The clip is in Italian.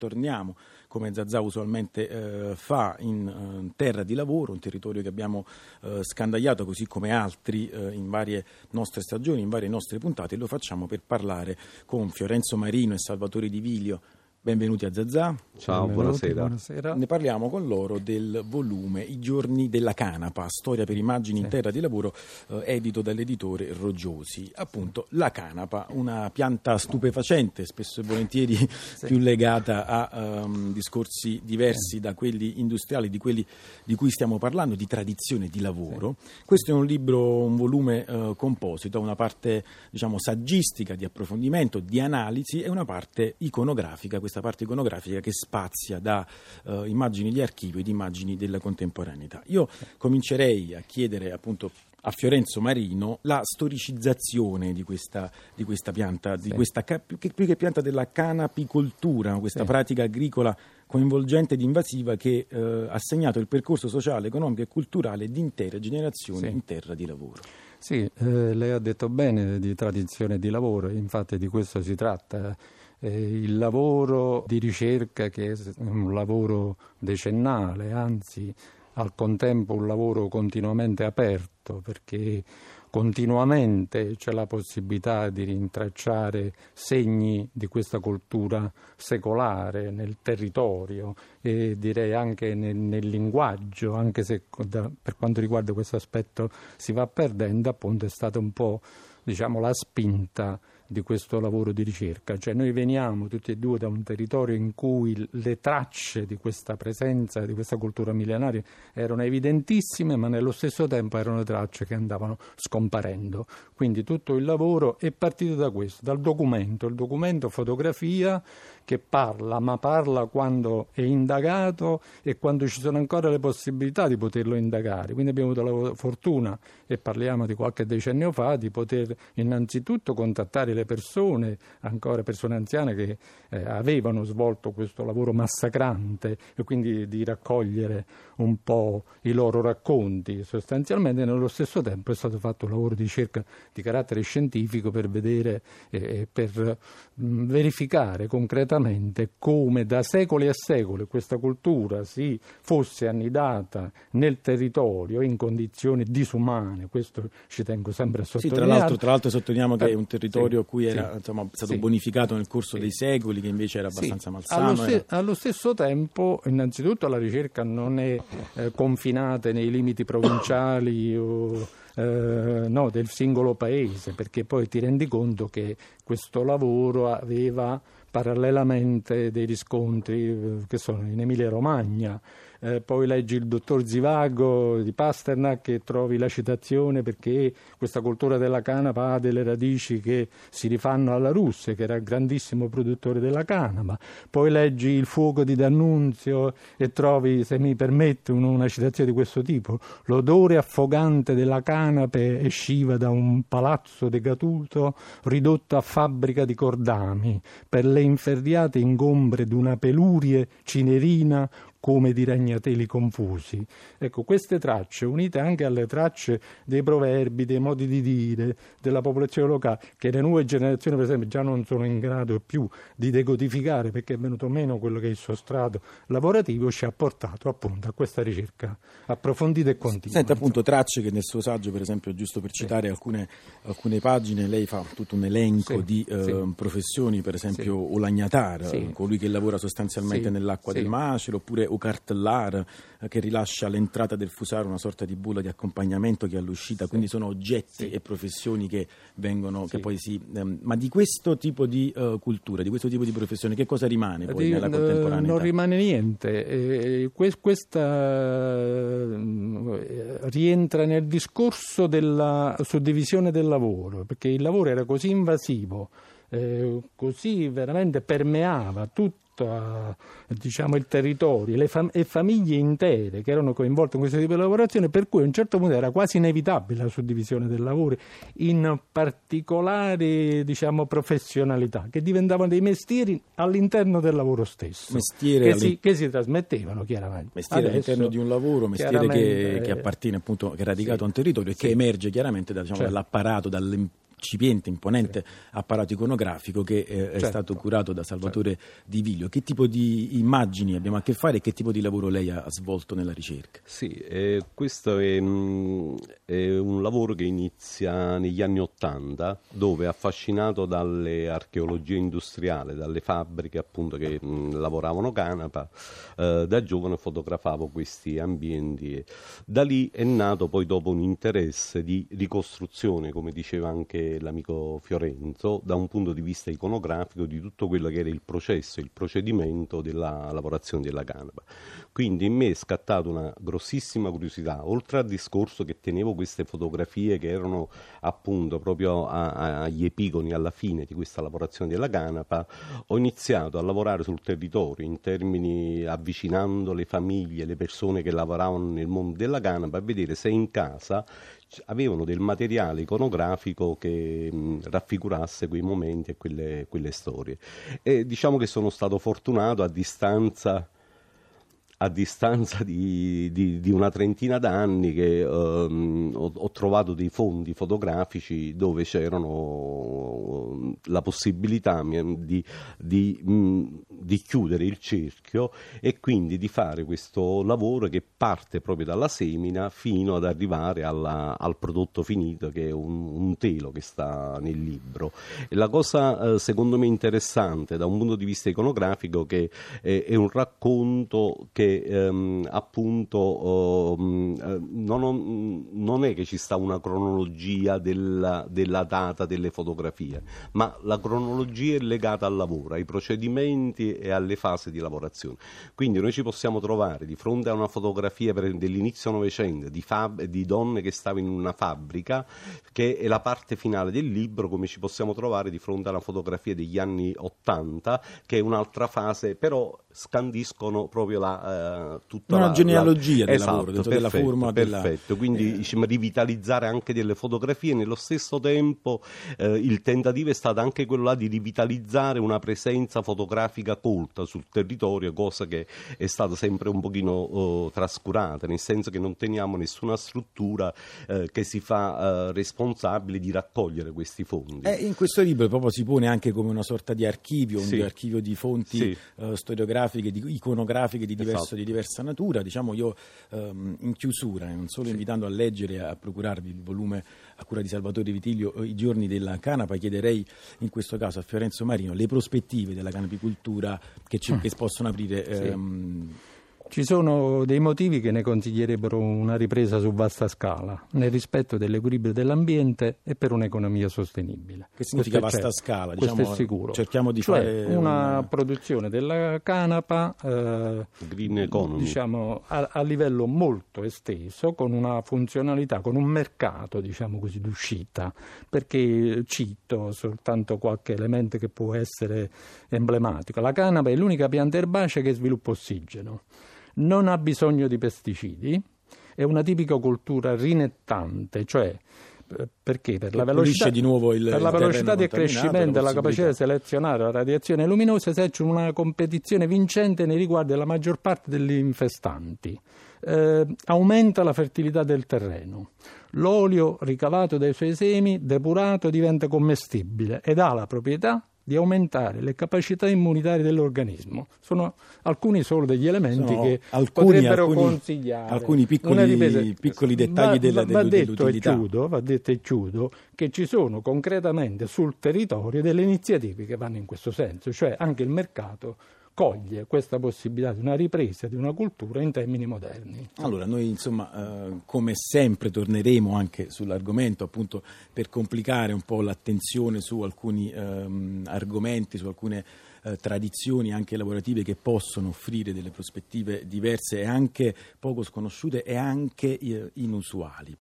torniamo, come Zazà usualmente fa, in terra di lavoro, un territorio che abbiamo scandagliato così come altri in varie nostre stagioni, in varie nostre puntate, e lo facciamo per parlare con Fiorenzo Marino e Salvatore Di Vilio. Benvenuti a Zazà. Ciao, buonasera. Ne parliamo con loro del volume I giorni della canapa, storia per immagini in terra di lavoro, edito dall'editore Roggiosi. Appunto, la canapa, una pianta stupefacente, spesso e volentieri più legata a discorsi diversi da quelli industriali, di quelli di cui stiamo parlando, di tradizione di lavoro. Questo è un libro, un volume composito, una parte diciamo saggistica, di approfondimento, di analisi, e una parte iconografica, questa parte iconografica che spazia da immagini di archivio ed immagini della contemporaneità. Io comincerei a chiedere appunto a Fiorenzo Marino la storicizzazione di questa pianta, di questa più che pianta della canapicoltura, questa pratica agricola coinvolgente ed invasiva che ha segnato il percorso sociale, economico e culturale di intere generazioni in terra di lavoro. Sì, lei ha detto bene di tradizione di lavoro, infatti di questo si tratta. Il lavoro di ricerca, che è un lavoro decennale, anzi al contempo un lavoro continuamente aperto, perché continuamente c'è la possibilità di rintracciare segni di questa cultura secolare nel territorio e direi anche nel linguaggio, anche se per quanto riguarda questo aspetto si va perdendo, appunto è stata un po' la spinta di questo lavoro di ricerca. Cioè noi veniamo tutti e due da un territorio in cui le tracce di questa presenza, di questa cultura millenaria erano evidentissime, ma nello stesso tempo erano tracce che andavano scomparendo. Quindi tutto il lavoro è partito da questo, dal documento. Il documento fotografia che parla quando è indagato e quando ci sono ancora le possibilità di poterlo indagare. Quindi abbiamo avuto la fortuna, e parliamo di qualche decennio fa, di poter innanzitutto contattare le persone, ancora persone anziane che avevano svolto questo lavoro massacrante, e quindi di raccogliere un po' i loro racconti. Sostanzialmente nello stesso tempo è stato fatto un lavoro di ricerca di carattere scientifico per vedere per verificare concretamente come da secoli a secoli questa cultura si fosse annidata nel territorio in condizioni disumane. Questo ci tengo sempre a sottolineare. Sì, tra l'altro sottolineiamo che è un territorio cui era stato bonificato nel corso dei secoli, che invece era abbastanza malsano. Allo stesso tempo, innanzitutto, la ricerca non è confinata nei limiti provinciali o del singolo paese, perché poi ti rendi conto che questo lavoro aveva parallelamente dei riscontri che sono in Emilia-Romagna. Poi leggi il dottor Zivago di Pasternak e trovi la citazione perché questa cultura della canapa ha delle radici che si rifanno alla Russia, che era il grandissimo produttore della canapa. Poi leggi il fuoco di D'Annunzio e trovi, se mi permette, una citazione di questo tipo: l'odore affogante della canape esciva da un palazzo decaduto ridotto a fabbrica di cordami per le inferriate ingombre d'una pelurie cinerina come di ragnateli confusi. Ecco, queste tracce, unite anche alle tracce dei proverbi, dei modi di dire della popolazione locale, che le nuove generazioni per esempio già non sono in grado più di decodificare perché è venuto meno quello che è il sostrato lavorativo, ci ha portato appunto a questa ricerca approfondita e continua. Senta, appunto, tracce che nel suo saggio, per esempio, giusto per citare alcune pagine, lei fa tutto un elenco di professioni, per esempio Olagnatar, colui che lavora sostanzialmente nell'acqua del macero, oppure o cartellar, che rilascia all'entrata del fusaro una sorta di bulla di accompagnamento che è all'uscita, quindi sono oggetti e professioni che vengono, che poi ma di questo tipo di cultura, di questo tipo di professione, che cosa rimane poi nella contemporaneità? Non rimane niente. Questa rientra nel discorso della suddivisione del lavoro, perché il lavoro era così invasivo, così veramente permeava tutto il territorio e famiglie intere che erano coinvolte in questo tipo di lavorazione, per cui a un certo punto era quasi inevitabile la suddivisione del lavoro in particolari professionalità che diventavano dei mestieri all'interno del lavoro stesso, che si trasmettevano chiaramente. Mestiere all'interno di un lavoro, mestiere che appartiene appunto, che è radicato a un territorio e che emerge chiaramente dall'apparato, incipiente, imponente apparato iconografico che è stato curato da Salvatore Di Viglio. Che tipo di immagini abbiamo a che fare e che tipo di lavoro lei ha svolto nella ricerca? Sì, questo è un lavoro che inizia negli anni '80, dove, affascinato dalle archeologie industriali, dalle fabbriche appunto che lavoravano canapa, da giovane fotografavo questi ambienti. Da lì è nato poi dopo un interesse di ricostruzione, come diceva anche l'amico Fiorenzo, da un punto di vista iconografico di tutto quello che era il processo, il procedimento della lavorazione della canapa. Quindi in me è scattata una grossissima curiosità, oltre al discorso che tenevo queste fotografie che erano appunto proprio agli epigoni, alla fine di questa lavorazione della canapa. Ho iniziato a lavorare sul territorio in termini, avvicinando le famiglie, le persone che lavoravano nel mondo della canapa, a vedere se in casa avevano del materiale iconografico che raffigurasse quei momenti e quelle storie. E diciamo che sono stato fortunato, a distanza di una trentina d'anni, che ho trovato dei fondi fotografici dove c'erano la possibilità di chiudere il cerchio e quindi di fare questo lavoro che parte proprio dalla semina fino ad arrivare al prodotto finito, che è un telo che sta nel libro. E la cosa secondo me interessante da un punto di vista iconografico, che è un racconto che appunto non è che ci sta una cronologia della data delle fotografie, ma la cronologia è legata al lavoro, ai procedimenti e alle fasi di lavorazione. Quindi noi ci possiamo trovare di fronte a una fotografia dell'inizio Novecento di donne che stavano in una fabbrica, che è la parte finale del libro, come ci possiamo trovare di fronte a una fotografia degli anni '80, che è un'altra fase, però scandiscono proprio tutta una genealogia del esatto, lavoro, della forma. Perfetto, quindi diciamo, rivitalizzare anche delle fotografie. Nello stesso tempo il tentativo è stato anche quello là di rivitalizzare una presenza fotografica colta sul territorio, cosa che è stata sempre un pochino trascurata, nel senso che non teniamo nessuna struttura che si fa responsabile di raccogliere questi fondi. In questo libro proprio si pone anche come una sorta di archivio, un archivio di fonti storiografiche, iconografiche di diversa natura. Diciamo, io in chiusura, non solo invitando a leggere e a procurarvi il volume a cura di Salvatore Vitiglio, I giorni della canapa, chiederei in questo caso a Fiorenzo Marino le prospettive della canapicoltura che possono aprire. Ci sono dei motivi che ne consiglierebbero una ripresa su vasta scala, nel rispetto dell'equilibrio dell'ambiente e per un'economia sostenibile. Che significa vasta scala? Questo è sicuro. Cerchiamo di fare una produzione della canapa green economy, diciamo, a livello molto esteso, con una funzionalità, con un mercato, diciamo così, d'uscita, perché cito soltanto qualche elemento che può essere emblematico. La canapa è l'unica pianta erbacea che sviluppa ossigeno. Non ha bisogno di pesticidi, è una tipica coltura rinettante, cioè perché per la velocità di accrescimento e la capacità di selezionare la radiazione luminosa esercita una competizione vincente nei riguardi della maggior parte degli infestanti. Aumenta la fertilità del terreno. L'olio ricavato dai suoi semi, depurato, diventa commestibile ed ha la proprietà di aumentare le capacità immunitarie dell'organismo. Sono alcuni solo degli elementi che potrebbero consigliare. Alcuni piccoli dettagli dell'utilità. Va detto e chiudo che ci sono concretamente sul territorio delle iniziative che vanno in questo senso, cioè anche il mercato coglie questa possibilità di una ripresa di una cultura in termini moderni. Allora, noi insomma, come sempre torneremo anche sull'argomento, appunto per complicare un po' l'attenzione su alcuni argomenti, su alcune tradizioni anche lavorative che possono offrire delle prospettive diverse e anche poco sconosciute e anche inusuali.